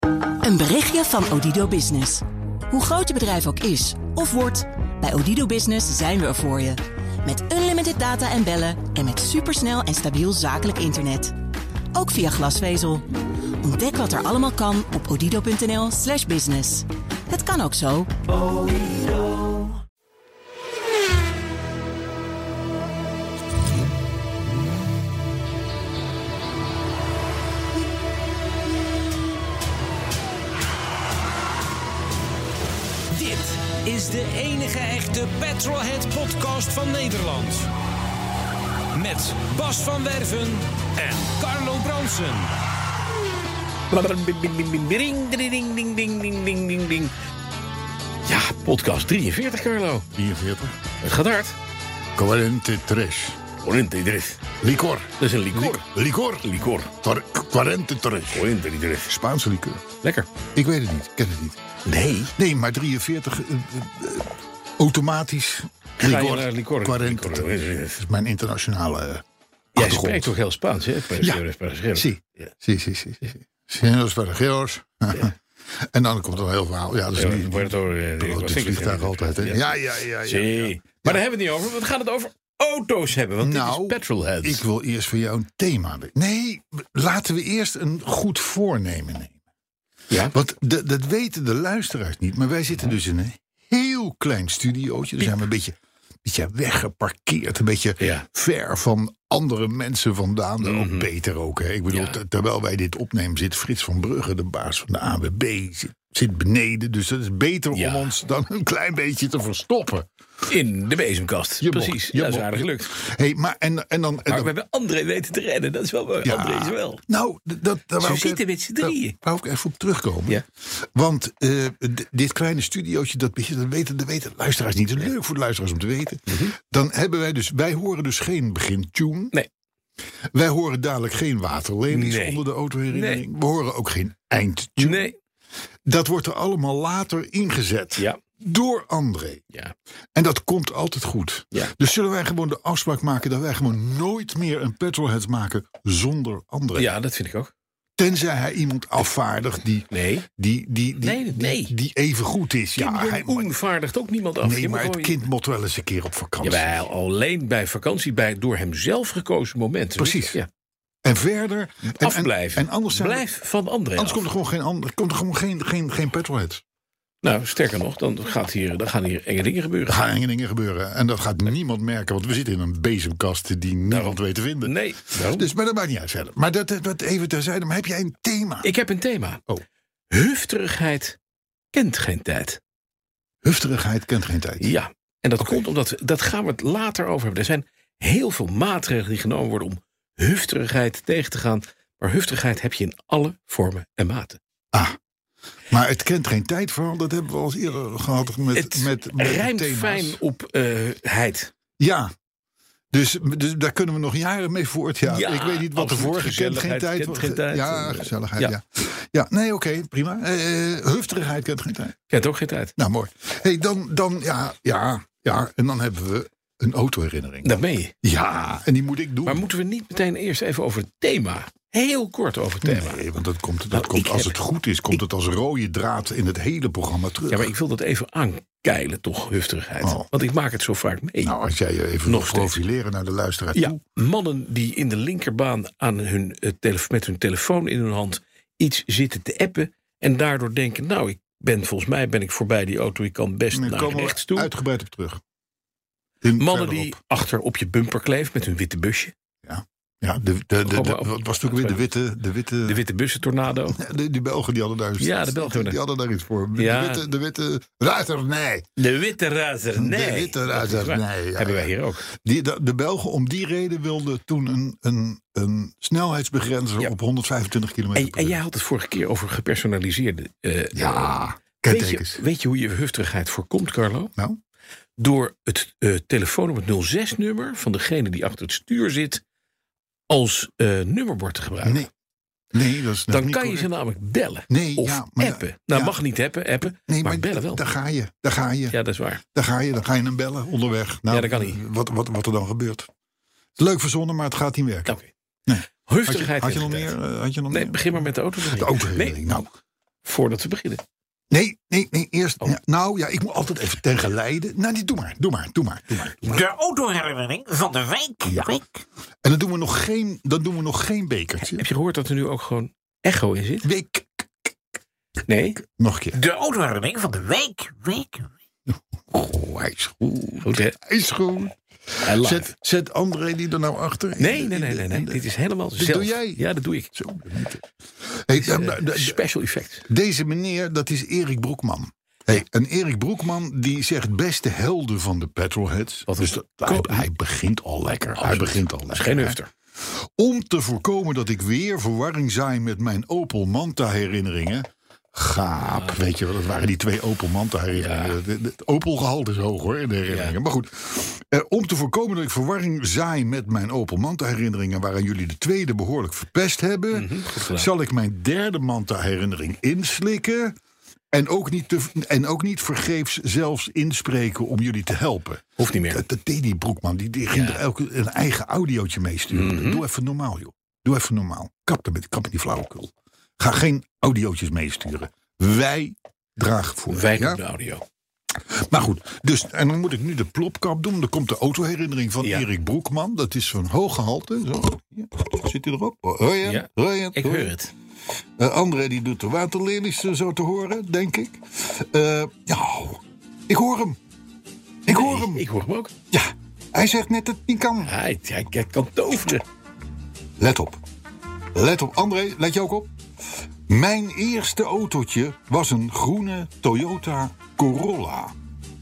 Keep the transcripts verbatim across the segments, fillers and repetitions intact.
Een berichtje van Odido Business. Hoe groot je bedrijf ook is of wordt, bij Odido Business zijn we er voor je. Met unlimited data en bellen en met supersnel en stabiel zakelijk internet. Ook via glasvezel. Ontdek wat er allemaal kan op odido.nl slash business. Het kan ook zo. Is de enige echte Petrolhead-podcast van Nederland. Met Bas van Werven en Carlo Bronsen. Ja, podcast drieënveertig, Carlo. drieënveertig. Het gaat hard. cuarenta-tres. cuarenta-tres. Licor. Dat is een licor. Licor. Licor. cuarenta-tres. cuarenta-tres. Spaanse liqueur. Lekker. Ik weet het niet, ik ken het niet. Nee. Nee, maar drieënveertig uh, uh, automatisch. Ga je Licor. naar licor. cuarenta. Licor. Dat is mijn internationale uh, Jij achtergrond. spreekt toch heel Spaans, hè? Ja. Si. Ja. Si, si, si. Señores pasajeros. En dan komt er een heel verhaal. Ja, dat is Ja, niet. Puerto, eh, Dat wat is vind ik vliegtuig het? altijd, hè? Ja. Ja, ja, ja. ja, Si. ja. Maar daar hebben we het niet over. We gaan het over auto's hebben. Want dit Nou, is Petrolheads. Ik wil eerst voor jou een thema. Nee, laten we eerst een goed voornemen nemen. Ja? Want de, dat weten de luisteraars niet. Maar wij zitten dus in een heel klein studiootje. Daar zijn we een beetje, beetje weggeparkeerd. Een beetje Ja. ver van andere mensen vandaan. Mhm. Ook beter ook. Hè. Ik bedoel, Ja. ter- terwijl wij dit opnemen zit Frits van Brugge, de baas van de A W B, zit, zit beneden. Dus dat is beter Ja. om ons dan een klein beetje te verstoppen. In de bezemkast. Je Precies. mocht, je Ja, dat is mocht. aardig gelukt. Hey, maar en, en dan... En Maar dan we hebben André weten te redden. Dat is wel mooi. Ja. André is wel. Nou, d- dat, daar Ze wou ik zitten even- met z'n drieën. Daar wou ik even op terugkomen. Ja. Want uh, d- dit kleine studiootje, dat, dat, weten, dat weten luisteraars niet. Het is leuk voor de luisteraars om te weten. Mm-hmm. Dan hebben wij dus, wij horen dus geen begintune. Nee. Wij horen dadelijk geen waterlelies Nee. onder de autoherinnering. We horen ook geen eindtune. Nee. Dat wordt er allemaal later ingezet. Ja. Door André. Ja. En dat komt altijd goed. Ja. Dus zullen wij gewoon de afspraak maken dat wij gewoon nooit meer een Petrolheads maken zonder André. Ja, dat vind ik ook. Tenzij hij iemand afvaardigt die, Nee. die, die, die, Nee, nee. die, die even goed is. Kim Ja, hij, Jong-un vaardigt ook niemand af. nee, Je maar moet het gewoon- kind moet wel eens een keer op vakantie. Jawel, alleen bij vakantie, bij door hem zelf gekozen momenten. Precies. Ja. En verder... En, Afblijven. En, en anders zijn er- Blijf van André anders af. komt er gewoon geen, ander, komt er gewoon geen, geen, geen Petrolheads. Nou, sterker nog, dan, gaat hier, dan gaan hier enge dingen gebeuren. Er gaan enge dingen gebeuren. En dat gaat niemand merken. Want we zitten in een bezemkast die niemand Daarom. weet te vinden. Nee, daarom. Dus, maar dat maakt niet uit verder. Maar dat, dat even terzijde. Maar heb jij een thema? Ik heb een thema. Oh. Hufterigheid kent geen tijd. Hufterigheid kent geen tijd. Ja, en dat komt omdat, dat gaan we het later over hebben. Er zijn heel veel maatregelen die genomen worden om hufterigheid tegen te gaan. Maar hufterigheid heb je in alle vormen en maten. Ah. Maar het kent geen tijd vooral. Dat hebben we al eens eerder gehad met, Het met, met rijmt thema's. fijn op uh, heid. Ja. Dus, dus daar kunnen we nog jaren mee voort. Ja, Ja, ik weet niet wat de absoluut. vorige kent geen Gezelligheid tijd. kent geen tijd. Ja, gezelligheid. Ja. Ja, ja nee, oké, okay, prima. Uh, hufterigheid kent geen tijd. Kent ook geen tijd. Nou, mooi. Hey, dan, dan, ja, ja, ja. En dan hebben we een autoherinnering. Dat meen je. Ja, en die moet ik doen. Maar moeten we niet meteen eerst even over het thema? Heel kort over het thema. Nee, want dat komt, dat Nou, komt ik als heb- het goed is, komt het als rode draad in het hele programma terug. Ja, maar ik wil dat even aankeilen, toch, hufterigheid. Oh. Want ik maak het zo vaak mee. Nou, als jij je even Nog nog steeds. profileren naar de luisteraar Ja, toe. mannen die in de linkerbaan aan hun, uh, telef- met hun telefoon in hun hand iets zitten te appen en daardoor denken, nou, ik ben volgens mij ben ik voorbij die auto, ik kan best Daar naar komen rechts we toe. uitgebreid op terug. In, Mannen verderop. die achter op je bumper kleeft met hun witte busje. Ja, de, de, de, Gewoon de- maar op- wat was het ook weer? De witte... De witte, De witte bussen tornado. ja, de- die Belgen die hadden daar iets, Ja, de Belgen hebben die hadden daar iets voor. Ja. De witte, de witte ruiter, nee. De witte razer, nee. De witte Dat is ruiter, waar. nee. Ja, Hebben wij ja. hier ook. Die, de, de Belgen om die reden wilden toen een, een, een snelheidsbegrenzer Ja. op honderdvijfentwintig kilometer En, per en uur. jij had het vorige keer over gepersonaliseerde. uh, Ja, weet kentekens. je, weet je hoe je hufterigheid voorkomt, Carlo? Nou? Door het uh, telefoon op het nul zes nummer van degene die achter het stuur zit als uh, nummerbord te gebruiken. Nee. Nee, dat is dat Dan niet kan je correct. ze namelijk bellen. Nee, of ja, maar appen. da- nou, ja. mag niet appen, appen Nee, maar, bellen wel. Daar ga je, daar ga je. Ja, dat is waar. Daar ga je, dan ga je hem bellen onderweg. Nou, Ja, dat kan niet. Wat, wat, wat er dan gebeurt. Het is leuk verzonnen, maar het gaat niet werken. Oké. Nee. Had je, Hufterigheid. had je nog kent meer? geen tijd. uh, had je nog Nee, meer? begin maar met de auto. De autoherinnering. Nou, voordat we beginnen. Nee, nee, nee, eerst... Oh. Ja, nou ja, ik moet altijd even ten geleide. Nou, nee, doe maar, doe maar, doe maar, doe maar. Doe maar. De autoherinnering van de week. Ja. week. En dan doen we nog geen, dan doen we nog geen bekertje. Heb je gehoord dat er nu ook gewoon echo in zit? Week. Nee? Nog een keer. De autoherinnering van de week. week. Oh, hij is goed. Goed, hè? Hij is goed. En live. Zet, zet André die er nou achter. Nee, nee, nee, nee, nee. Dit is helemaal Dit zelf. doe jij? Ja, dat doe ik. Zo. Hey, Uh, de- de- special effect. Deze meneer, dat is Erik Broekman. Hey, en Erik Broekman die zegt beste helden van de Petrolheads. Wat Dus is dat, dat? hij, hij begint al lekker. Hij begint al Dat is lekker. geen hè. hufter. Om te voorkomen dat ik weer verwarring zaai met mijn Opel Manta herinneringen. Gaap, weet je wel, dat waren die twee Opel Manta herinneringen. Ja. De- de- Het Opel gehalte is hoog hoor, in de herinneringen. Ja. Maar goed, eh, om te voorkomen dat ik verwarring zaai met mijn Opel Manta herinneringen, waaraan jullie de tweede behoorlijk verpest hebben, Mhm, goed gedaan. zal ik mijn derde Manta herinnering inslikken. En ook, niet te, en ook niet vergeefs zelfs inspreken om jullie te helpen. Hoeft niet meer. Dat, dat deed die Broekman, die, die ging Ja. er elke, een eigen audiootje meesturen. Mhm. Doe even normaal, joh. Doe even normaal. Kap er met, kap met die flauwekul. Ga geen audiootjes meesturen. Wij dragen voor. Wij ja? doen de audio. Maar goed, dus, en dan moet ik nu de plopkap doen. Dan komt de autoherinnering van Ja. Erik Broekman. Dat is van hoog gehalte. Zo. Ja. Zit hij erop? Hoor je? Ja. Hoor je? Ik Hoor je? hoor het. Uh, André die doet de waterlelies uh, zo te horen, denk ik. Uh, ja, ik hoor hem. Ik hoor hem. Ik hoor hem ook. Ja, hij zegt net dat het niet kan. Hij, hij, hij kan toveren. Let op. Let op. André, let je ook op? Mijn eerste autootje was een groene Toyota Corolla.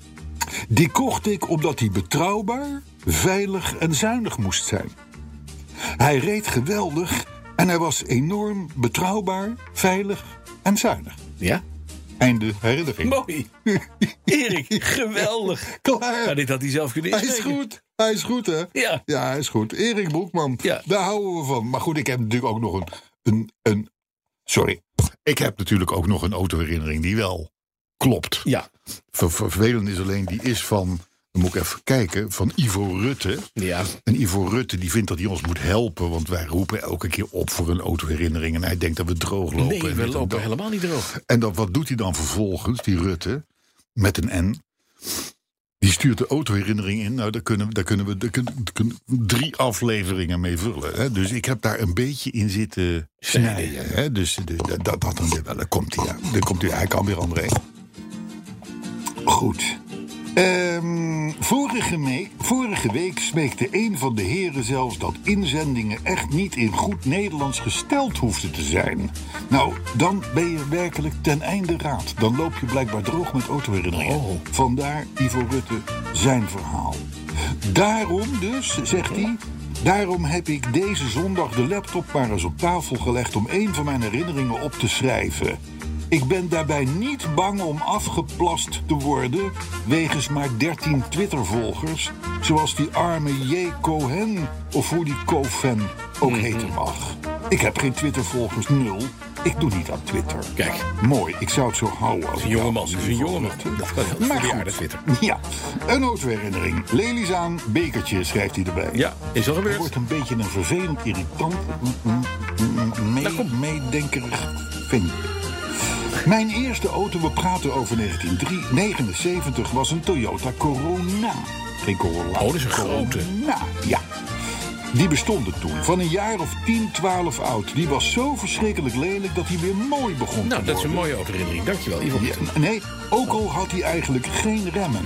Die kocht ik omdat hij betrouwbaar, veilig en zuinig moest zijn. Hij reed geweldig en hij was enorm betrouwbaar, veilig en zuinig. Ja? Einde herinnering. Mooi. Erik, geweldig. Klaar. Ja, dit had hij zelf kunnen Hij is inspreken. goed. Hij is goed, hè? Ja. Ja, hij is goed. Erik Broekman, Ja. daar houden we van. Maar goed, ik heb natuurlijk ook nog een, een, een... Sorry. Ik heb natuurlijk ook nog een autoherinnering die wel klopt. Ja. Ver, vervelend is alleen, die is van... Dan moet ik even kijken, van Ivo Rutte. Ja. En Ivo Rutte die vindt dat hij ons moet helpen. Want wij roepen elke keer op voor een autoherinnering. En hij denkt dat we droog lopen. Nee, en we dit en lopen dat. helemaal niet droog. En dat, wat doet hij dan vervolgens, die Rutte, met een N? Die stuurt de autoherinnering in. Nou, daar kunnen, we- daar kunnen we daar kunnen, daar kunnen we drie afleveringen mee vullen. Hè? Dus ik heb daar een beetje in zitten snijden. Hè? Dus, dus dat, dat, dat dan weer wel. Daar komt hij. Ja. Daar komt hij. Hij kan weer, André. Goed. Ehm, vorige, me- vorige week smeekte een van de heren zelfs dat inzendingen echt niet in goed Nederlands gesteld hoefden te zijn. Nou, dan ben je werkelijk ten einde raad. Dan loop je blijkbaar droog met autoherinneringen. Oh. Vandaar Ivo Rutte zijn verhaal. Daarom dus, zegt hij, daarom heb ik deze zondag de laptop maar eens op tafel gelegd om een van mijn herinneringen op te schrijven. Ik ben daarbij niet bang om afgeplast te worden wegens maar dertien Twitter-volgers, zoals die arme J. Cohen, of hoe die Cofen ook heten mag. Ik heb geen Twitter-volgers, nul. Ik doe niet aan Twitter. Kijk. Mooi, ik zou het zo houden. Een jonge man, dus een jonge man. Dat kan heel Maar verjaarde goed, Twitter. ja, een autoherinnering. Lelies aan, bekertje, schrijft hij erbij. Ja, is al Het gebeurd. wordt een beetje een vervelend, irritant, mm, mm, mm, mee, Nou, kom. meedenkerig vind. Mijn eerste auto, we praten over negentien negenenzeventig, was een Toyota Corona. Geen Corolla. Oh, dat is een grote. Corona, ja. Die bestonden toen, van een jaar of tien, twaalf oud. Die was zo verschrikkelijk lelijk dat hij weer mooi begon te Nou, worden. dat is een mooie autoherinnering. Dankjewel, Ivo. Ja, nee, ook al had hij eigenlijk geen remmen.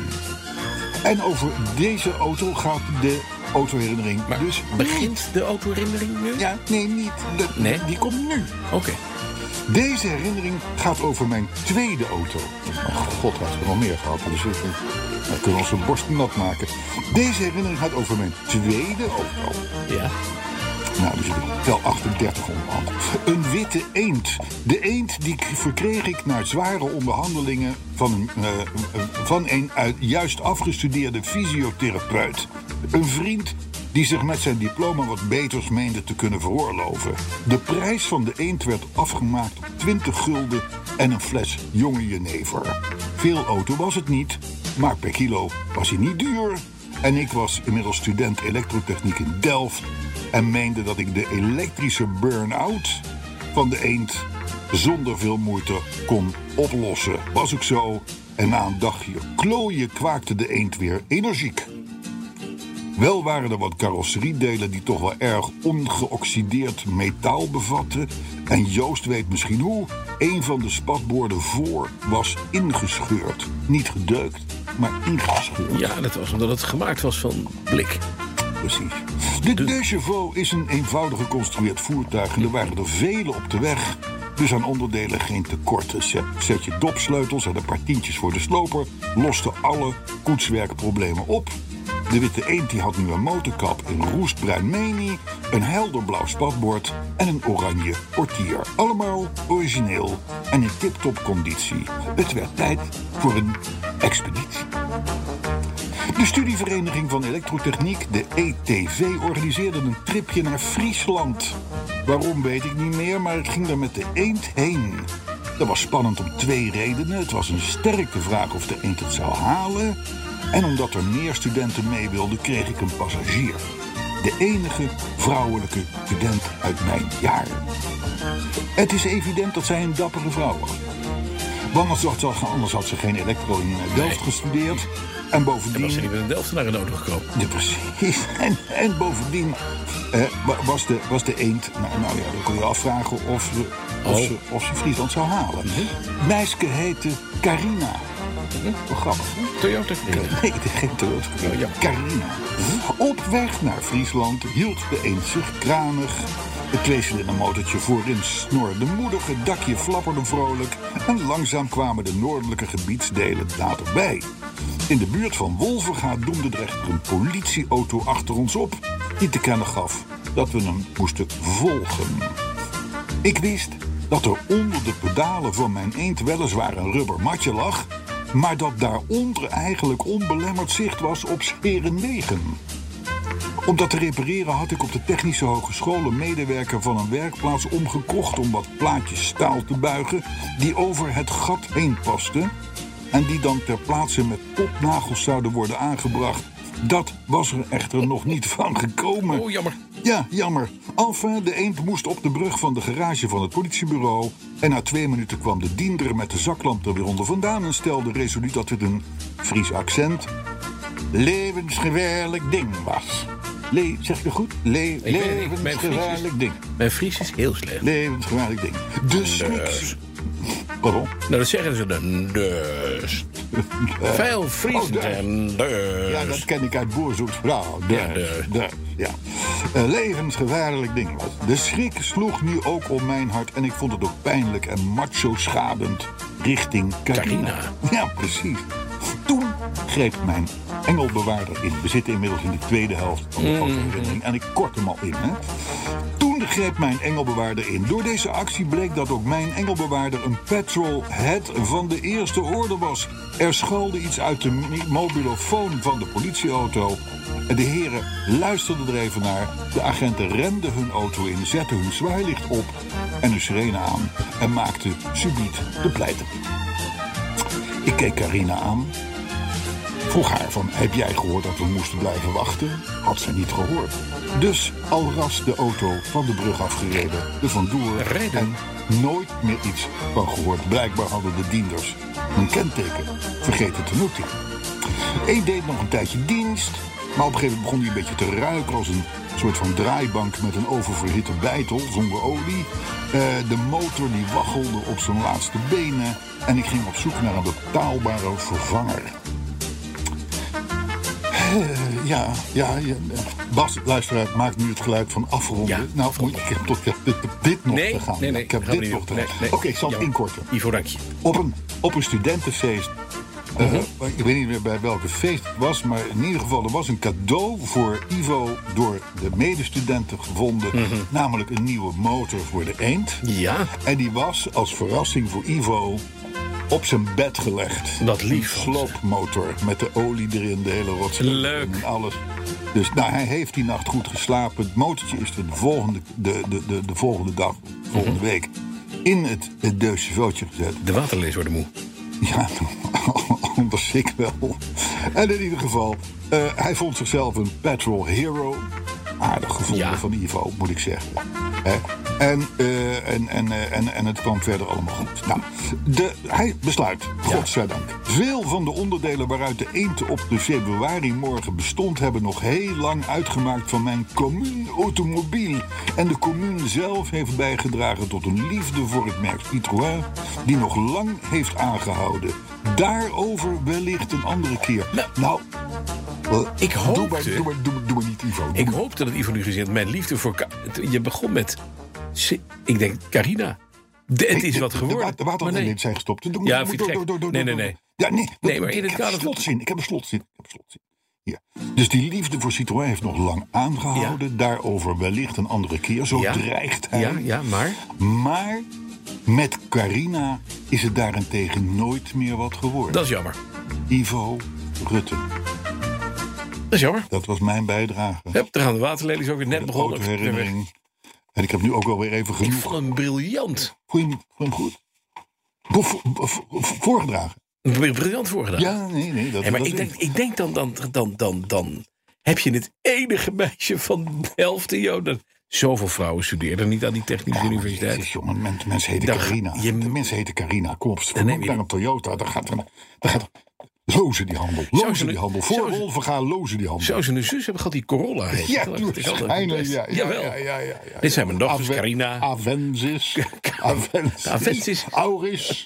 En over deze auto gaat de autoherinnering Maar dus begint de autoherinnering nu? Ja, nee, niet. De, Nee? Die komt nu. Oké. Deze herinnering gaat over mijn tweede auto. Oh god, had we nog meer gehad. Dus we we kunnen onze borst nat maken. Deze herinnering gaat over mijn tweede auto. Ja. Nou, dus wel achtendertig onderhand. Een witte eend. De eend die k- verkreeg ik na zware onderhandelingen van een, eh, eh, van een uit juist afgestudeerde fysiotherapeut. Een vriend die zich met zijn diploma wat beters meende te kunnen veroorloven. De prijs van de eend werd afgemaakt op twintig gulden en een fles jonge jenever. Veel auto was het niet, maar per kilo was hij niet duur. En ik was inmiddels student elektrotechniek in Delft en meende dat ik de elektrische burn-out van de eend zonder veel moeite kon oplossen. Was ook zo. En na een dagje klooien kwaakte de eend weer energiek. Wel waren er wat carrosseriedelen die toch wel erg ongeoxideerd metaal bevatten. En Joost weet misschien hoe. Een van de spatborden voor was ingescheurd. Niet gedeukt, maar ingescheurd. Ja, dat was omdat het gemaakt was van blik. Precies. De De Chauveau is een eenvoudig geconstrueerd voertuig en er waren er vele op de weg. Dus aan onderdelen geen tekort. Een setje dopsleutels en een paar tientjes voor de sloper loste alle koetswerkproblemen op. De witte eend die had nu een motorkap in roestbruin menie, een helder blauw spatbord en een oranje portier. Allemaal origineel en in tip-top conditie. Het werd tijd voor een expeditie. De studievereniging van elektrotechniek, de E T V, organiseerde een tripje naar Friesland. Waarom weet ik niet meer, maar ik ging daar met de eend heen. Dat was spannend om twee redenen. Het was een sterke vraag of de eend het zou halen. En omdat er meer studenten mee wilden, kreeg ik een passagier. De enige vrouwelijke student uit mijn jaren. Het is evident dat zij een dappere vrouw was. Want anders had ze geen elektro in Delft gestudeerd. En bovendien... En was ze niet met een Delftenaar in auto gekomen. Ja, precies. En, en bovendien eh, was, de, was de eend... Nou, nou ja, dan kon je afvragen of ze, of, Oh. ze, of ze Friesland zou halen. Meisje heette Carina. Wel grappig, hè? Toyota? Nee, geen Toyota. Oh, ja. Carina. Op weg naar Friesland hield de eend zich kranig. Het tweecilindermotortje voorin snorde moedig, het dakje flapperde vrolijk. En langzaam kwamen de noordelijke gebiedsdelen naderbij. In de buurt van Wolverga doemde er echter een politieauto achter ons op, die te kennen gaf dat we hem moesten volgen. Ik wist dat er onder de pedalen van mijn eend weliswaar een rubber matje lag, maar dat daaronder eigenlijk onbelemmerd zicht was op Scherenwegen. Om dat te repareren had ik op de Technische Hogeschool een medewerker van een werkplaats omgekocht om wat plaatjes staal te buigen die over het gat heen pasten en die dan ter plaatse met potnagels zouden worden aangebracht. Dat was er echter nog niet van gekomen. Oh, jammer. Ja, jammer. Enfin, de eend moest op de brug van de garage van het politiebureau. En na twee minuten kwam de diender met de zaklamp er weer onder vandaan en stelde resoluut dat het een Fries accent levensgevaarlijk ding was. Le zeg je dat goed? Le Ik weet het niet. Mijn Fries is- levensgevaarlijk ding. Mijn Fries is heel slecht. Levensgevaarlijk ding. De schrik... Pardon? Nou, dat zeggen ze dan. Dus. Veel Friesen Oh, en dus. Ja, dat ken ik uit Boerzoeks vrouw. De, Ja, de. de, ja. Een levensgevaarlijk ding was. De schrik sloeg nu ook om mijn hart en ik vond het ook pijnlijk en macho-schadend richting Carina. Carina. Ja, precies. Toen greep mijn engelbewaarder in. We zitten inmiddels in de tweede helft van de fotoherinnering en ik kort hem al in. Hè. Toen greep mijn engelbewaarder in. Door deze actie bleek dat ook mijn engelbewaarder een petrolhead van de eerste orde was. Er schalde iets uit de mobilofoon van de politieauto. De heren luisterden er even naar. De agenten renden hun auto in, zetten hun zwaailicht op en een sirene aan en maakten subiet de pleiter. Ik keek Carina aan. Vroeg haar van, heb jij gehoord dat we moesten blijven wachten? Had ze niet gehoord. Dus al ras de auto van de brug afgereden, er vandoor Rijden. en nooit meer iets van gehoord. Blijkbaar hadden de dienders een kenteken vergeten te noteren. Eén deed nog een tijdje dienst, maar op een gegeven moment begon hij een beetje te ruiken als een soort van draaibank met een oververhitte bijtel zonder olie. Uh, de motor die waggelde op zijn laatste benen en ik ging op zoek naar een betaalbare vervanger. Uh, ja, ja, ja. Bas, luisteraar, maakt nu het geluid van afronden. Ja, nou, afronden. moet ik heb tot ja, dit, dit nog Nee, te gaan. nee, nee, ik heb gaan we dit niet nog te doen. gaan. Nee, nee. Oké, ik zal het Jammer. inkorten. Ivo, dank je. Op een, op een studentenfeest. Uh, Mhm. Ik weet niet meer bij welke feest het was, maar in ieder geval er was een cadeau voor Ivo door de medestudenten gevonden. Mhm. Namelijk een nieuwe motor voor de eend. Ja, En die was als verrassing voor Ivo op zijn bed gelegd. Dat lief Een van ze. sloopmotor met de olie erin, de hele rotzooi Leuk. en alles. Dus nou, hij heeft die nacht goed geslapen. Het motortje is er de volgende, de, de, de, de volgende dag, volgende Mhm. week, in het, het Deux-Chevaux'tje gezet. de waterlees worden moe. Ja, anders ik wel. En in ieder geval, uh, hij vond zichzelf een petrol hero. Aardig gevonden Ja. van Ivo, moet ik zeggen. Hè? En, uh, en, en, uh, en, en het kwam verder allemaal goed. Nou, de, hij besluit, godzijdank. Veel van de onderdelen waaruit de eend op de februari-morgen bestond... hebben nog heel lang uitgemaakt van mijn commune automobiel. En de commune zelf heeft bijgedragen tot een liefde voor het merk Citroën... die nog lang heeft aangehouden. Daarover wellicht een andere keer. Nou, nou well, ik hoopte... Doe maar, doe maar, doe maar, doe maar niet, Ivo. Ik hoopte dat Ivo nu gezegd mijn liefde voor... Je begon met... Ik denk, Carina. De, het is de, wat geworden. De, de waterleidingen nee. zijn gestopt. Doe, Ja, doe, doe, doe, doe, doe, nee, nee, nee. Ja, nee, nee, maar in ik het heb kader een slotzin. Ik heb een slotzin. Ik heb een slotzin. Ja. Dus die liefde voor Citroën heeft nog lang aangehouden. Ja. Daarover wellicht een andere keer. Zo ja. dreigt hij. Ja, ja, maar... Maar met Carina is het daarentegen nooit meer wat geworden. Dat is jammer. Ivo Rutten. Dat is jammer. Dat was mijn bijdrage. Hup, daar gaan de waterlelies ook weer net begonnen. Herinnering. En ik heb nu ook wel weer even genoeg. Ik vond hem briljant. Vond je hem, vond je hem goed? Of, of, of, voorgedragen? Briljant voorgedragen. Ja, nee, nee. Dat, hey, maar dat ik denk, ik denk dan, dan, dan, dan, dan heb je het enige meisje van de helft in jou. Dat zoveel vrouwen studeerden niet aan die technische ja, universiteit. Jezus, jongen, mensen mens heten dan, Carina. Je, de mensen heten Carina. Kom op, dan neem je naar een Toyota. Daar gaat er... Daar gaat lozen die handel. Lozen die handel. Voor Wolven gaan lozen die handel. Zou ze een zus hebben gehad die Corolla heet? Ja, waarschijnlijk. Ja, ja, ja, ja, ja, ja, ja. Dit zijn mijn dochters, Ave- Carina. Avensis. Avensis. Avensis. Auris.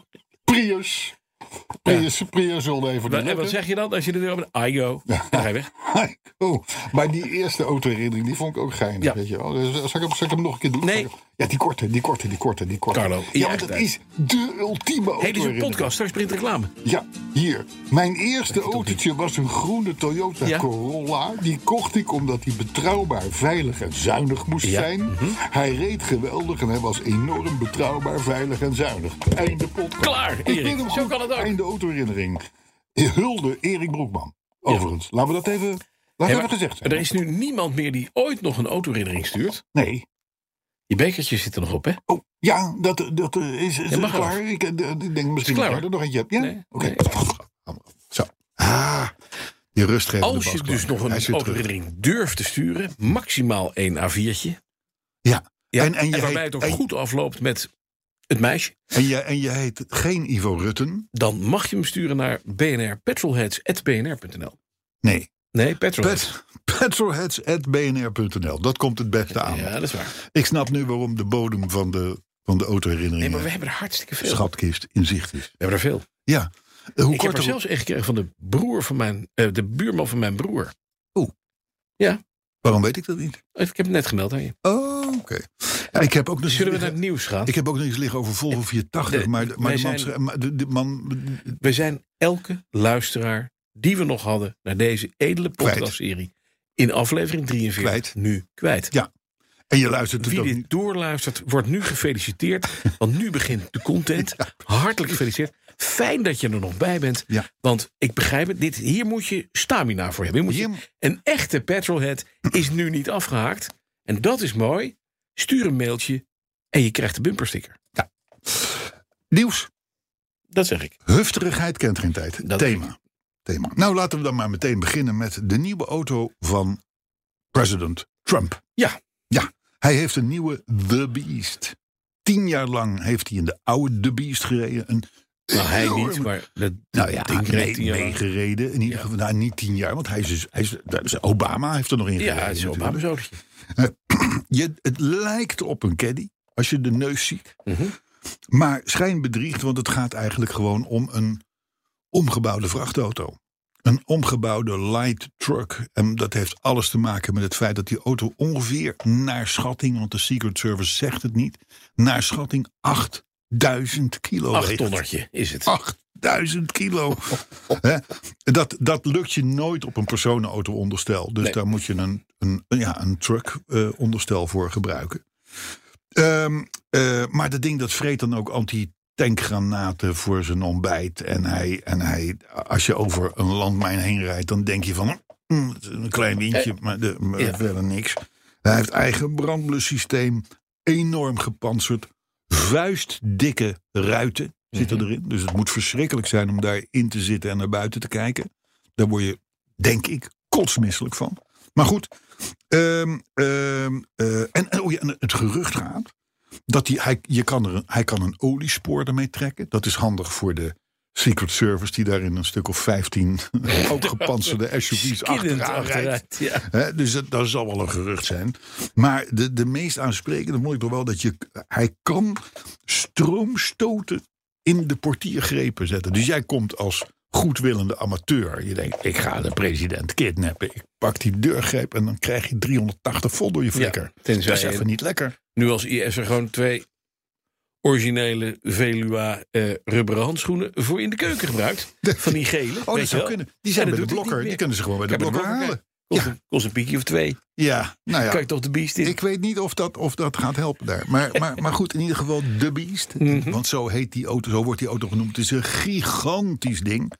Prius. Prius, ja. Prius zullen even doen. En wat zeg je dan als je de deur opent? Aigo. Dan ga je weg. Oh, maar die eerste autoherinnering, die vond ik ook geinig. Ja. Weet je wel. Dus, zal, ik hem, zal ik hem nog een keer doen? Nee. Ja, die korte, die korte, die korte, die korte. Carlo, ja, maar dat is de ultieme auto. Hey, dit is een podcast, straks begint reclame. Ja, hier. Mijn eerste autootje was een groene Toyota ja. Corolla. Die kocht ik omdat hij betrouwbaar, veilig en zuinig moest ja. zijn. Mm-hmm. Hij reed geweldig en hij was enorm betrouwbaar, veilig en zuinig. Einde podcast. Klaar, Erik. Zo kan het ook. Einde autoherinnering. Hulde Erik Broekman. Overigens, ja. laten we dat even, laten hey, we gezegd zijn. Er is nu niemand meer die ooit nog een autoherinnering stuurt. Nee. Je bekertje zit er nog op, hè? Oh, ja, dat, dat is, is ja, klaar. Ik, ik denk misschien dat je er nog eentje hebt. Ja? Nee. Oké. Okay. Nee. Zo. Ah, die rust geeft. Als je dus nog een autoherinnering durft te sturen, maximaal één A viertje. Ja. ja en, en, je en waarbij heet, het ook en, goed afloopt met het meisje. En je, en je heet geen Ivo Rutten. Dan mag je hem sturen naar b n r petrolheads at b n r punt n l. Nee. Nee, petrolheads. Pet, petrolheads at b n r punt n l. Dat komt het beste aan. Ja, dat is waar. Ik snap nu waarom de bodem van de, van de autoherinnering... Nee, maar we hebben er hartstikke veel. ...schatkist in zicht is. We hebben er veel. Ja. Uh, hoe ik heb er zelfs echt gekregen van de broer van mijn... Uh, de buurman van mijn broer. Oeh. Ja. Waarom weet ik dat niet? Ik heb het net gemeld aan je. Oh, oké. Okay. Ja, ik heb ook nog Zullen we liggen, naar het nieuws gaan? Ik heb ook nog eens liggen over Volvo vierhonderdtachtig. De, maar maar, de man, zijn, maar de, de man... We zijn elke luisteraar die we nog hadden... naar deze edele podcastserie... in aflevering drieënveertig kwijt. nu kwijt. Ja. En je luistert het Wie ook dit niet. doorluistert, wordt nu gefeliciteerd. Want nu begint de content. Ja. Hartelijk gefeliciteerd. Fijn dat je er nog bij bent. Ja. Want ik begrijp het, dit, hier moet je stamina voor hebben. Moet je, een echte petrolhead is nu niet afgehaakt. En dat is mooi. Stuur een mailtje en je krijgt de bumpersticker. Ja. Nieuws. Dat zeg ik. Hufterigheid kent geen tijd. Dat Thema. Thema. Nou, laten we dan maar meteen beginnen met de nieuwe auto van president Trump. Ja. Ja, hij heeft een nieuwe The Beast. Tien jaar lang heeft hij in de oude The Beast gereden. Een nou, hij niet, maar dat, nou ja, mee, meegereden. In ieder geval, ja. nou, niet tien jaar, want hij is, hij is, is Obama heeft er nog in gereden. Ja, het is Obama's autootje. Je, het lijkt op een caddy, als je de neus ziet. Mm-hmm. Maar schijn bedriegt, want het gaat eigenlijk gewoon om een omgebouwde vrachtauto. Een omgebouwde light truck. En dat heeft alles te maken met het feit dat die auto ongeveer naar schatting... want de Secret Service zegt het niet... naar schatting achtduizend kilo weegt. Acht tonnertje is het. achtduizend kilo. He, dat, dat lukt je nooit op een personenauto onderstel. Dus nee. Daar moet je een, een, ja, een truck uh, onderstel voor gebruiken. Um, uh, maar dat ding dat vreet dan ook anti... tankgranaten voor zijn ontbijt. En hij, en hij, als je over een landmijn heen rijdt, dan denk je van mm, een klein windje, maar, de, maar ja. verder niks. Hij heeft eigen brandblussysteem, enorm gepantserd, vuistdikke ruiten zitten mm-hmm. erin. Dus het moet verschrikkelijk zijn om daarin te zitten en naar buiten te kijken. Daar word je, denk ik, kotsmisselijk van. Maar goed. Um, um, uh, en, en, oh ja, en het gerucht gaat dat hij, hij, je kan er een, hij kan een oliespoor ermee trekken. Dat is handig voor de Secret Service die daar in een stuk of vijftien ook gepantserde S U V's achteraan rijdt. Ja. He, dus dat, dat zal wel een gerucht zijn. Maar de, de meest aansprekende vond ik toch wel dat je, hij kan stroomstoten in de portiergrepen zetten. Dus jij komt als goedwillende amateur. Je denkt, ik ga de president kidnappen. Ik pak die deurgreep en dan krijg je driehonderdtachtig volt door je flikker. Ja, tenzij dat is even niet lekker. Nu als I S er gewoon twee originele Velua uh, rubberen handschoenen voor in de keuken gebruikt. De, van die gele. Oh, dat zou kunnen. Die zijn bij de blokker. Die kunnen ze gewoon bij de blokker halen. Kost, ja. een, kost een piekje of twee. Ja, nou ja. Kan je toch de Beast in? Ik weet niet of dat, of dat gaat helpen daar. Maar, maar, maar goed, in ieder geval de Beast. Mm-hmm. Want zo heet die auto, zo wordt die auto genoemd. Het is een gigantisch ding.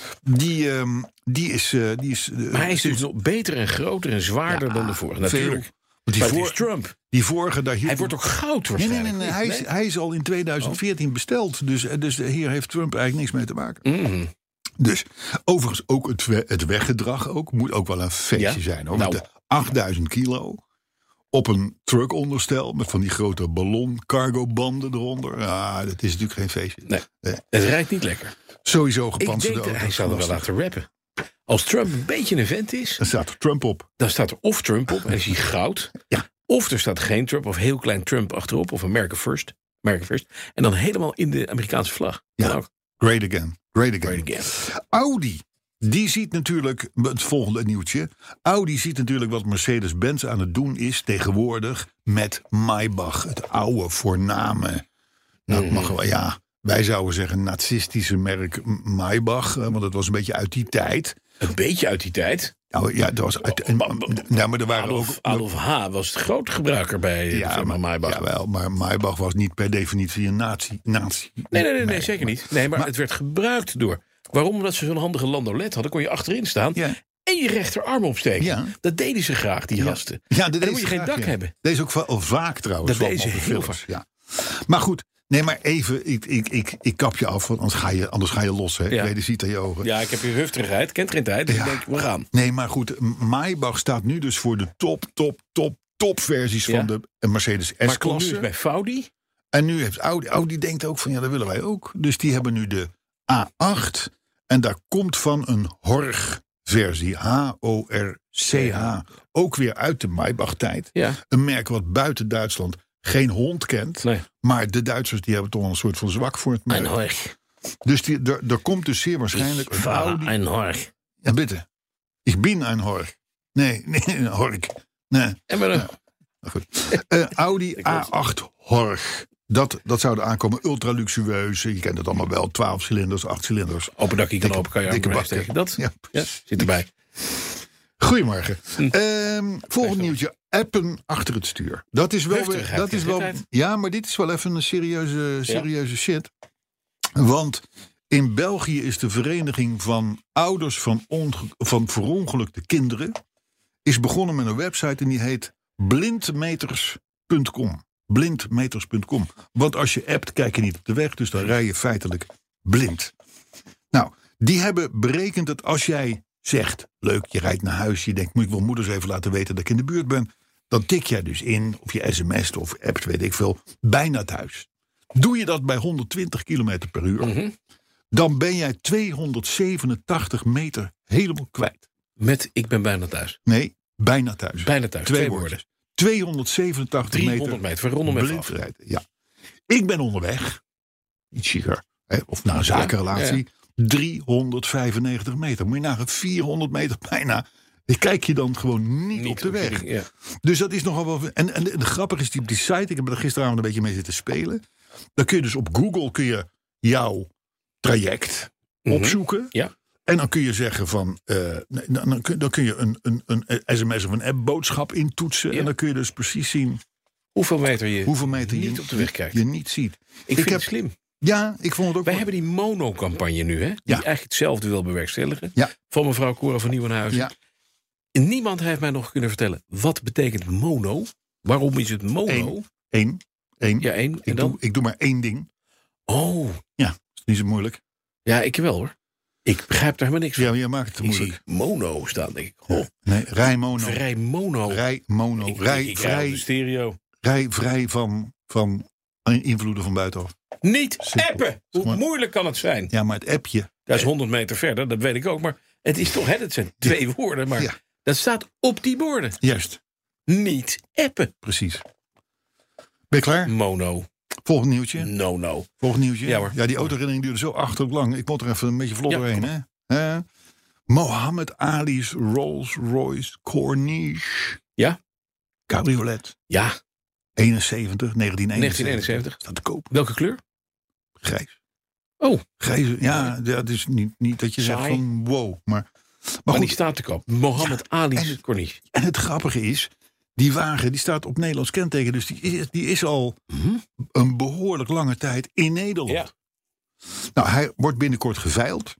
Die, um, die is... Uh, die is uh, maar hij is dus nog beter en groter en zwaarder ja, dan de vorige. Natuurlijk. Veel. Die, voor, is Trump. die vorige... Daar hij wordt ook goud waarschijnlijk. Nee, nee, nee. nee. Hij, is, hij is al in tweeduizend veertien oh. besteld. Dus, dus hier heeft Trump eigenlijk niks mee te maken. Mm. Dus overigens ook het, het weggedrag ook. Moet ook wel een feestje ja? zijn. Hoor. Nou. Met de achtduizend kilo op een truckonderstel. Met van die grote ballon cargo banden eronder. Ah, dat is natuurlijk geen feestje. Nee, nee. Het rijdt niet lekker. Sowieso gepantserde auto. Hij zou er wel laten rappen. Als Trump een beetje een vent is... Dan staat er Trump op. Dan staat er of Trump op en is hij goud. Ja. Of er staat geen Trump of heel klein Trump achterop. Of America First. America First. En dan helemaal in de Amerikaanse vlag. Ja. Ook. Great again. Great again. Great again. Audi. Die ziet natuurlijk, het volgende nieuwtje. Audi ziet natuurlijk wat Mercedes-Benz aan het doen is tegenwoordig met Maybach. Het oude, voorname. Nou, mm. mag wel, ja... Wij zouden zeggen nazistische merk Maybach. Want het was een beetje uit die tijd. Een beetje uit die tijd? Nou ja, dat was uit, nou, maar er waren Adolf, ook, Adolf H. was de grote gebruiker bij ja, maar, Maybach. Jawel, maar Maybach was niet per definitie een nazi. nazi nee, nee, nee, nee, zeker niet. Nee, maar, maar het werd gebruikt door. Waarom? Omdat ze zo'n handige landolet hadden. Kon je achterin staan. Ja. En je rechterarm opsteken. Ja. Dat deden ze graag, die gasten. Ja, en dan moet je geen dak ja. hebben. Deze ook wel vaak trouwens. Dat deden ze heel vaak. Ja. Maar goed. Nee, maar even, ik, ik, ik, ik kap je af, want anders ga je, anders ga je los. Hè? Ja. Ik weet, je ziet aan je ogen. Ja, ik heb je hufterigheid, kent geen tijd, dus ja. ik denk, we gaan. Nee, maar goed, Maybach staat nu dus voor de top, top, top, top versies ja. van de Mercedes S-klasse. Maar komt nu is bij Audi. En nu heeft Audi, Audi denkt ook van, ja, dat willen wij ook. Dus die hebben nu de A acht en daar komt van een Horch-versie, H O R C H. Ook weer uit de Maybach-tijd. Ja. Een merk wat buiten Duitsland geen hond kent. Nee. Maar de Duitsers die hebben toch een soort van zwak voor het merk. Een Horch. Dus die, er, er komt dus zeer waarschijnlijk een Audi. Een Horch. Ja, bitte. Ik ben een Horch. Nee, nee, een Horch. Nee. En maar een... Ja, goed. Uh, Audi A acht Horch. Dat, dat zou er aankomen. Ultra luxueus. Je kent het allemaal wel. twaalf cilinders, acht cilinders. Open dakje kan open, kan je dikke bakken. Dat ja, ja, zit erbij. Goedemorgen. Hm. Um, volgend nieuwtje. Appen achter het stuur. Dat is wel weer, dat is wel, ja, maar dit is wel even een serieuze, serieuze ja. shit. Want in België is de vereniging van ouders van, onge, van verongelukte kinderen is begonnen met een website en die heet blindmeters punt com. blindmeters punt com. Want als je appt, kijk je niet op de weg, dus dan rij je feitelijk blind. Nou, die hebben berekend dat als jij zegt, leuk, je rijdt naar huis, je denkt, moet ik wel moeders even laten weten dat ik in de buurt ben. Dan tik jij dus in, of je sms't of appt, weet ik veel, bijna thuis. Doe je dat bij honderdtwintig kilometer per uur, mm-hmm. dan ben jij tweehonderdzevenentachtig meter helemaal kwijt. Met ik ben bijna thuis? Nee, bijna thuis. Bijna thuis, twee, twee woorden. tweehonderdzevenentachtig driehonderd meter, we ronden hem af. Rijden, ja. Ik ben onderweg, iets chiquer, hè, of na een zakenrelatie, ja, ja. driehonderdvijfennegentig meter. Moet je nagaan, vierhonderd meter bijna. Kijk je dan gewoon niet, niet op de weg. Ja. Dus dat is nogal wel. En, en de, de grappige is die, die site. Ik heb er gisteravond een beetje mee zitten spelen. Dan kun je dus op Google kun je jouw traject mm-hmm. opzoeken. Ja. En dan kun je zeggen van. Uh, dan, kun, dan kun je een, een, een sms of een app-boodschap intoetsen. Ja. En dan kun je dus precies zien. Hoeveel meter je, hoeveel meter niet je op de weg kijkt. Je niet ziet. Ik, ik vind heb, het slim. Ja, ik vond het ook. Wij wel. hebben die mono-campagne nu, hè? Die ja. eigenlijk hetzelfde wil bewerkstelligen. Ja. Van mevrouw Cora van Nieuwenhuizen. Ja. Niemand heeft mij nog kunnen vertellen. Wat betekent mono? Waarom is het mono? Eén. Eén. Eén. Ja, één. En ik, dan? Doe, ik doe maar één ding. Oh. Ja, is niet zo moeilijk. Ja, ik wel hoor. Ik begrijp daar helemaal niks van. Ja, maar je maakt het te ik moeilijk. zie mono staan, denk ik. Goh, Nee, rij mono. vrij mono. Rij mono. Ik, Rij, ik, ik rij op vrij, de stereo. rij vrij van, van invloeden van buitenaf. Niet Simpel. appen. Hoe Maar- moeilijk kan het zijn? Ja, maar het appje. Dat is honderd meter verder, dat weet ik ook. Maar het is toch, hè, het zijn twee woorden. Maar Ja. dat staat op die borden. Juist, Niet appen. precies. Ben je klaar? Mono. Volgend nieuwtje. No, no. Volgend nieuwtje. Ja, hoor. Ja, die autoherinnering duurde zo achterlijk lang. Ik moet er even een beetje vlot Ja, doorheen. kom Hè? Hè? Mohammed Ali's Rolls-Royce Corniche Ja? cabriolet. Ja, eenenzeventig, negentien eenenzeventig. negentien eenenzeventig. Staat te koop. Welke kleur? Grijs. Oh, Grijze, ja, dat is niet, niet dat je zegt Saai. van wow. Maar, maar maar goed, die staat te koop. Mohammed en Ali's het- Corniche. en het grappige is, die wagen die staat op Nederlands kenteken. Dus die is, die is al een behoorlijk lange tijd in Nederland. Ja. Nou, hij wordt binnenkort geveild.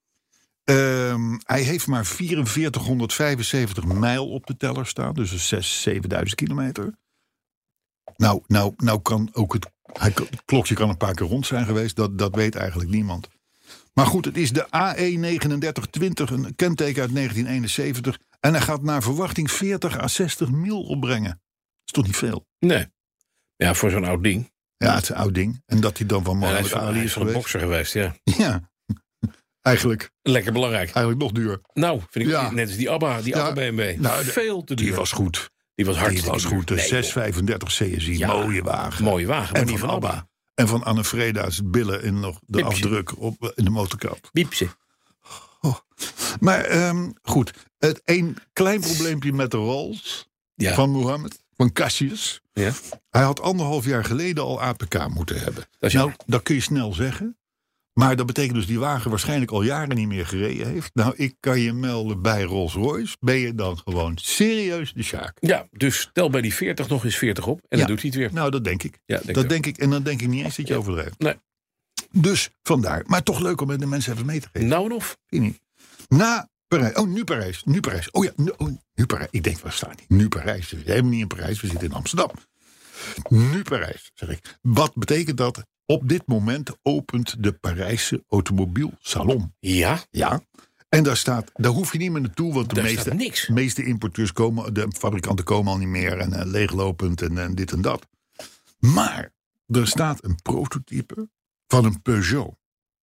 Ehm, hij heeft maar vierenveertighonderdvijfenzeventig mijl op de teller staan. Dus een zes, zevenduizend kilometer. Nou, nou, nou kan ook het, hij, het klokje kan een paar keer rond zijn geweest. Dat, dat weet eigenlijk niemand. Maar goed, het is de A E negenendertig twintig, een kenteken uit negentien eenenzeventig. En hij gaat naar verwachting veertig à zestig mil opbrengen. Dat is toch niet veel? Nee. Ja, voor zo'n oud ding. Ja, het is een oud ding. En dat hij dan van Ja, hij is Mohammed van, Ali hij is is van een geweest. bokser geweest, ja. Ja, eigenlijk, Lekker belangrijk. eigenlijk nog duur. Nou, vind ik Ja. net als die ABBA, die Ja. ABBA B M W. Nou, de- Veel te duur. Die was goed. Die was Die hartstikke was duur. goed. De Nee, joh. zesvijfendertig C S I. Ja. Mooie wagen. Mooie wagen, maar En niet van van ABBA. ABBA. En van Anne Freda's billen en nog de Pipsje. afdruk op, in de motorkap. Biepse. Maar ehm, goed, het een klein probleempje met de Rolls Ja. van Mohammed, van Cassius. ja. Hij had anderhalf jaar geleden al A P K moeten hebben. Dat is Nou, jammer. dat kun je snel zeggen. Maar dat betekent dus die wagen waarschijnlijk al jaren niet meer gereden heeft. Nou, ik kan je melden, bij Rolls-Royce ben je dan gewoon serieus de sjaak. Ja, dus tel bij die veertig nog eens veertig op. En Ja. dan doet hij het weer. Nou, dat denk ik. Ja, denk dat ik denk ik. En dan denk ik niet eens dat je Ja. overdrijft. Nee. Dus vandaar. Maar toch leuk om met de mensen even mee te geven. Nou en of. Vind je niet? Na Parijs. Oh, nu Parijs. Nu Parijs. Oh ja, nu, oh, nu Parijs. Ik denk, waar staat die? Nu Parijs. We zijn helemaal niet in Parijs. We zitten in Amsterdam. Nu Parijs, zeg ik. Wat betekent dat? Op dit moment opent de Parijse automobielsalon. Ja, Ja. En daar staat, daar hoef je niet meer naartoe, want de daar meeste, staat niks. meeste importeurs komen, de fabrikanten komen al niet meer en eh, leeglopend en, en dit en dat. Maar er staat een prototype van een Peugeot.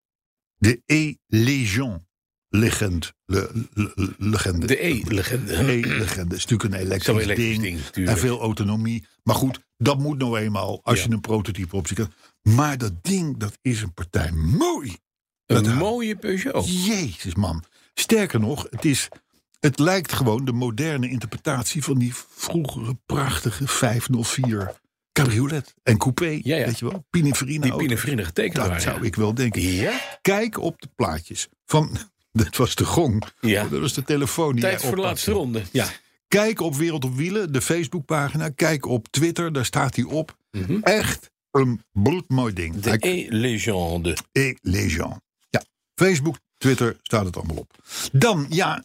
De E-Légion legend, le, le- legende. de E-legende. E-legende is natuurlijk een elektrisch, Zo'n elektrisch ding, ding, en tuurlijk. veel autonomie. Maar goed, dat moet nou eenmaal als Ja. je een prototype op zich hebt. Maar dat ding, dat is een partij mooi. Een Dat- mooie Peugeot. Jezus man. Sterker nog, het, is, het lijkt gewoon de moderne interpretatie van die vroegere prachtige vijfhonderdvier cabriolet en coupé. Ja, ja. Weet je wel? Pininfarina Die auto's. Pininfarina getekend Dat waren. zou ja. ik wel denken. Ja? Kijk op de plaatjes van. Dat was de gong. Ja. Dat was de telefoon die Tijd jij voor de oppakte. laatste ronde. Ja. Kijk op Wereld op Wielen, de Facebookpagina. Kijk op Twitter, daar staat hij op. Mhm. Echt een bloedmooi ding. De Hij- E-legende. Et Legend. Ja, Facebook, Twitter staat het allemaal op. Dan, ja,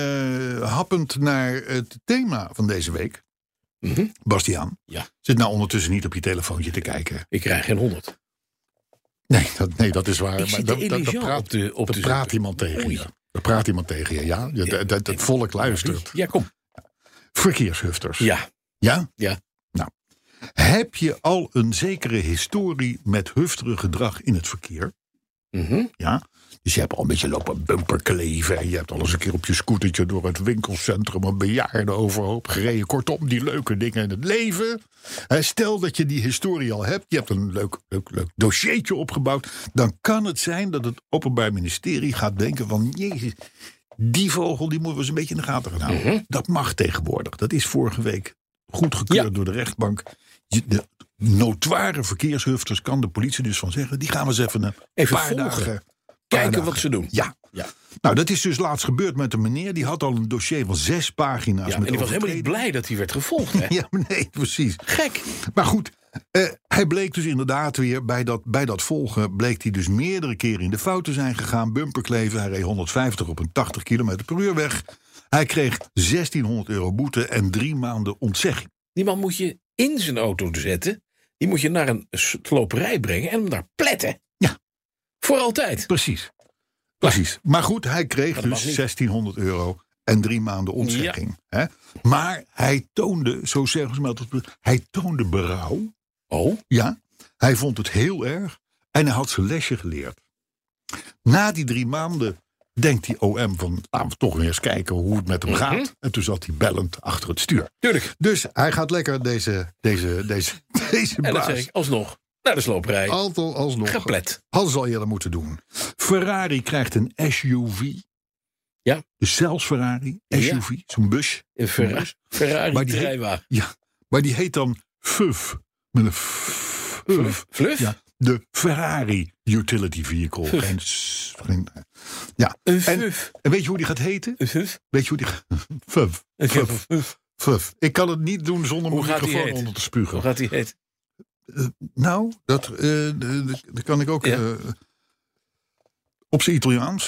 eh, happend naar het thema van deze week. Mhm. Bastiaan, Ja. zit nou ondertussen niet op je telefoontje te kijken. Ik krijg geen honderd. Nee, dat, nee, dat is waar. Ik maar zit dat, de dat, dat Elysian praat, op de- op dat de praat zender. iemand tegen Oei. je. Dat praat iemand tegen je, ja. ja dat, dat, het volk luistert. Ja, kom. Verkeershufters. Ja. Ja? Ja. Nou, heb je al een zekere historie met hufterig gedrag in het verkeer? Mhm. Ja? Dus je hebt al een beetje lopen bumperkleven. En je hebt al eens een keer op je scootertje door het winkelcentrum een bejaarde overhoop gereden. Kortom, die leuke dingen in het leven. Hè, stel dat je die historie al hebt. Je hebt een leuk, leuk, leuk dossiertje opgebouwd. Dan kan het zijn dat het Openbaar Ministerie gaat denken van... Jezus, die vogel die moeten we eens een beetje in de gaten gaan houden. Mhm. Dat mag tegenwoordig. Dat is vorige week goedgekeurd Ja. door de rechtbank. Je- De notoire verkeershufters kan de politie dus van zeggen... die gaan we eens even een Even paar volgen. dagen... Kijken paar wat dagen- ze doen. Ja. Ja. Nou, dat is dus laatst gebeurd met een meneer. Die had al een dossier van zes pagina's. Ja, met en die was helemaal niet overtredingen. blij dat hij werd gevolgd. Hè? Ja, nee, precies. Gek. Maar goed, eh, hij bleek dus inderdaad weer... Bij dat, bij dat volgen bleek hij dus meerdere keren in de fout te zijn gegaan. Bumperkleven, hij reed honderdvijftig op een tachtig kilometer per uur weg. Hij kreeg zestienhonderd euro boete en drie maanden ontzegging. Die man moet je in zijn auto zetten. Die moet je naar een sloperij brengen en hem daar pletten. Ja. Voor altijd. Precies. Precies. Maar goed, hij kreeg Maar dat mag dus niet. zestienhonderd euro en drie maanden ontzekking. Hè? Maar hij toonde, zo zeggen ze maar, tot- hij toonde berouw. Oh, Ja, hij vond het heel erg en hij had zijn lesje geleerd. Na die drie maanden denkt die O M van, laten we toch weer eens kijken hoe het met hem gaat. Mhm. En toen zat hij bellend achter het stuur. tuurlijk. Dus hij gaat lekker deze, deze, deze, deze En dat baas zeg ik alsnog naar de sloperij. altijd alsnog. Geplet. Hadden ze al eerder moeten doen. Ferrari krijgt een S U V. Ja. Dus zelfs Ferrari, S U V, zo'n bus. Een Ferrari, Ferrari Maar die- treinwagen. Ja, maar die heet dan F U V. Met een F. Fluff? Fluff? Ja, de Ferrari Utility Vehicle. Fuf. Geen s- geen- ja. Een En, fuf. en weet je hoe die gaat heten? Een fuf? Weet je hoe die gaat... Fuf. Een Fuf. fuf. Fuf. Ik kan het niet doen zonder Hoe mijn gaat die microfoon heten? onder te spugen. Hoe gaat die heten? Uh, nou, dat, uh, dat kan ik ook Ja. uh, op zijn Italiaans.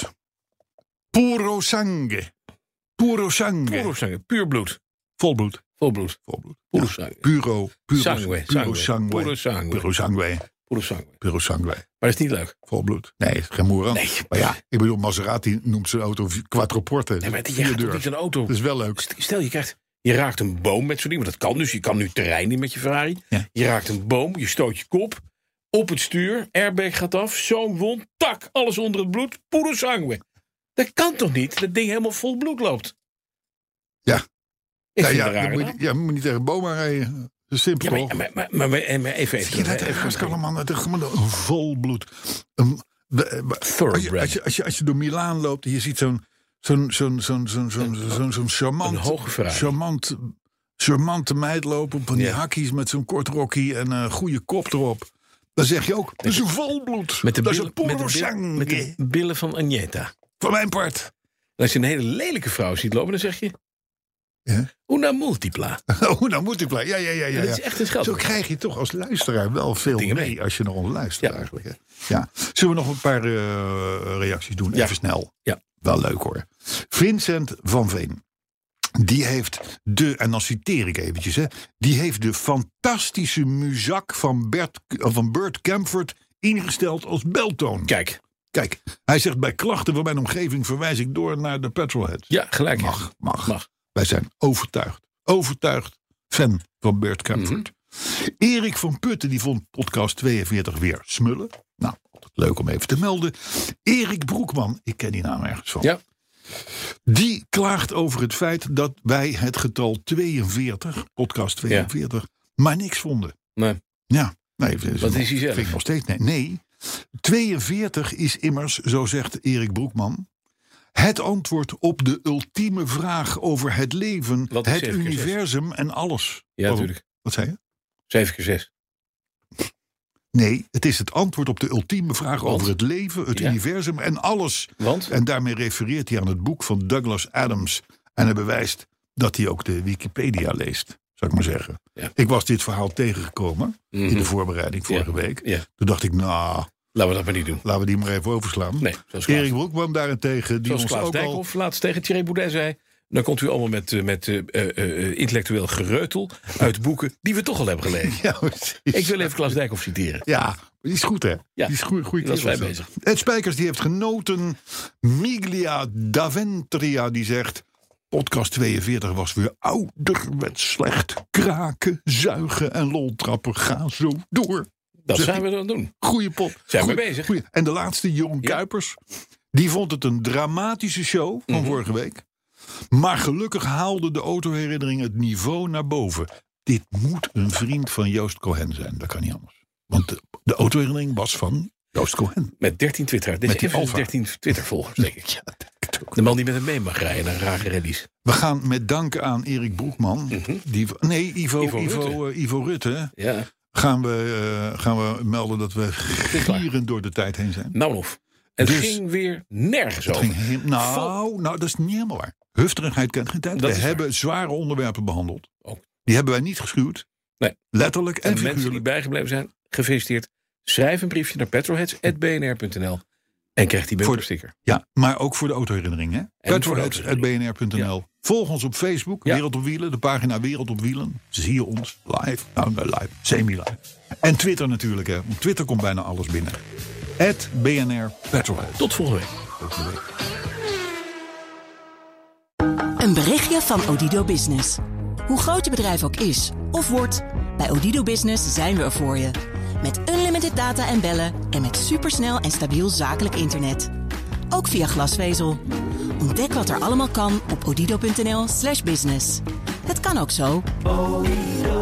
Puro sangue. Puro sangue. Puro sangue. Puur bloed. Volbloed. Volbloed. Volbloed. Puro Ja. sangue. Puro. Puro Sangue. Puro Sangue. sangue. Puro sangue. Puro sangue. Puro sangue. Puro sangue. Maar dat is niet leuk. Volbloed. Nee, geen moer aan. Nee. Maar ja, ik bedoel, Maserati noemt zijn auto Quattroporte. Nee, maar je Vier gaat toch deurs. niet een auto. Dat is wel leuk. Stel, je krijgt... Je raakt een boom met zo'n ding, want dat kan dus. Je kan nu terrein in met je Ferrari. Ja. Je raakt een boom, je stoot je kop. Op het stuur, airbag gaat af, zo'n wond, tak, alles onder het bloed, puro sangue. Dat kan toch niet, dat ding helemaal vol bloed loopt? Ja. Ik Ja, vind ja, het een rare dan moet je, naam. ja, moet je niet tegen Boma rijden. Dat is simpel Ja, toch? maar, maar, maar, maar, maar, maar even, Zie even, je dat even, raast even- allemaal? Het is gewoon een vol bloed. Een- we- we- Als je, Thoroughbred. als, je, als, je, als je door Milaan loopt en je ziet zo'n zo'n zo'n zo'n zo'n zo'n zo'n zo'n charmant, Een hoge Ferrari. charmant, charmante meid lopen op van die Ja. hakkies met zo'n kort rokkie en een goede kop erop. Dan zeg je ook, dat is een volbloed. Met de, dat is billen, een met, de puro billen, met sangue. de billen van Agneta. Van mijn part. En als je een hele lelijke vrouw ziet lopen, dan zeg je... Ja. Una multipla. Oh, nou moet ik blij. Ja, ja, ja, ja. Dat is ja. echt een Zo scheld. krijg je toch als luisteraar wel veel Dingen mee mee. als je naar ons luistert Ja. eigenlijk. Hè? Ja. Zullen we nog een paar uh, reacties doen? Ja. Even snel. Ja. Wel leuk hoor. Vincent van Veen. Die heeft de, en dan citeer ik eventjes, hè, die heeft de fantastische muzak van, Bert, van Bert Camford ingesteld als beltoon. Kijk, Kijk, hij zegt bij klachten van mijn omgeving verwijs ik door naar de Petrolheads. ja, gelijk. Mag, mag. Mag. Wij zijn overtuigd. Overtuigd fan van Bert Camford. Mhm. Erik van Putten die vond podcast tweeënveertig weer smullen. Nou, altijd leuk om even te melden. Erik Broekman, ik ken die naam ergens van. Ja. Die klaagt over het feit dat wij het getal tweeënveertig, podcast tweeënveertig, maar niks vonden. Nee. Ja, nee, dat Wat is hij zelf? vind ik nog steeds nee. Nee, tweeënveertig is immers, zo zegt Erik Broekman, het antwoord op de ultieme vraag over het leven, Wat is het zeven keer zes? universum en alles. Ja, Wat- natuurlijk. Wat zei je? Zeven keer zes. Nee, het is het antwoord op de ultieme vraag Want? over het leven, het Ja. universum en alles. Want? En daarmee refereert hij aan het boek van Douglas Adams. En hij bewijst dat hij ook de Wikipedia leest, zou ik maar zeggen. Ja. Ik was dit verhaal tegengekomen in de voorbereiding vorige Ja. week. Ja. Toen dacht ik, nou, Laten we dat maar niet doen. laten we die maar even overslaan. Nee, zoals Klaas, Erik Broekman daarentegen, die zoals ons Klaas ook al... Dijkhoff laatst tegen Thierry Boudet zei... dan komt u allemaal met, eh, met uh, uh, intellectueel gereutel uit boeken... die we toch al hebben gelezen. Ja, precies. Ik wil even Klaas Dijkhoff citeren. Ja, die is goed, hè? Ja, die is goed, goede die was kerel, vrij zo. bezig. Ed Spijkers die heeft genoten. Miglia Daventria die zegt... Podcast tweeënveertig was weer ouderwets slecht. Kraken, zuigen en loltrappen. Ga zo door. Dat Zeg zijn we dan doen. Goeie pot. Zijn we Goeie- bezig. goeie. En de laatste, Jeroen Ja. Kuipers. Die vond het een dramatische show van Mhm. vorige week. Maar gelukkig haalde de autoherinnering het niveau naar boven. Dit moet een vriend van Joost Cohen zijn. Dat kan niet anders. Want de, de autoherinnering was van Joost Cohen. Met dertien Twitter. Dit Met is die even Alfa. dertien Twitter-volgers, denk ik. De man die met hem mee mag rijden naar rare rallies. We gaan met dank aan Erik Broekman. Die, nee, Ivo, Ivo Ivo, Rutte. Ivo, Ivo Rutte. Ja, Gaan we, uh, gaan we melden dat we gierend door de tijd heen zijn. nou of. En het Dus- ging weer nergens Het over. ging heel- nou, nou, dat is niet helemaal waar. Hufterigheid kent geen tijd. Dat We is hebben zware onderwerpen behandeld. Ook. Die hebben wij niet geschuwd. Nee. Letterlijk en, En mensen die figuurlijk. bijgebleven zijn, gefeliciteerd. Schrijf een briefje naar petrolheads punt b n r punt n l en krijgt die bumpersticker. Ja, maar ook voor de autoherinnering. hè? voor de petrolheads punt b n r punt n l. Volg ons op Facebook, Ja. Wereld op Wielen. De pagina Wereld op Wielen. Zie je ons live. Nou, nee, live. Semi-live. En Twitter natuurlijk. Hè. Op Twitter komt bijna alles binnen. at B N R Petrolhead. Tot volgende week. Een berichtje van Odido Business. Hoe groot je bedrijf ook is of wordt, bij Odido Business zijn we er voor je. Met unlimited data en bellen en met supersnel en stabiel zakelijk internet. Ook via glasvezel. Ontdek wat er allemaal kan op odido punt n l slash business. Het kan ook zo.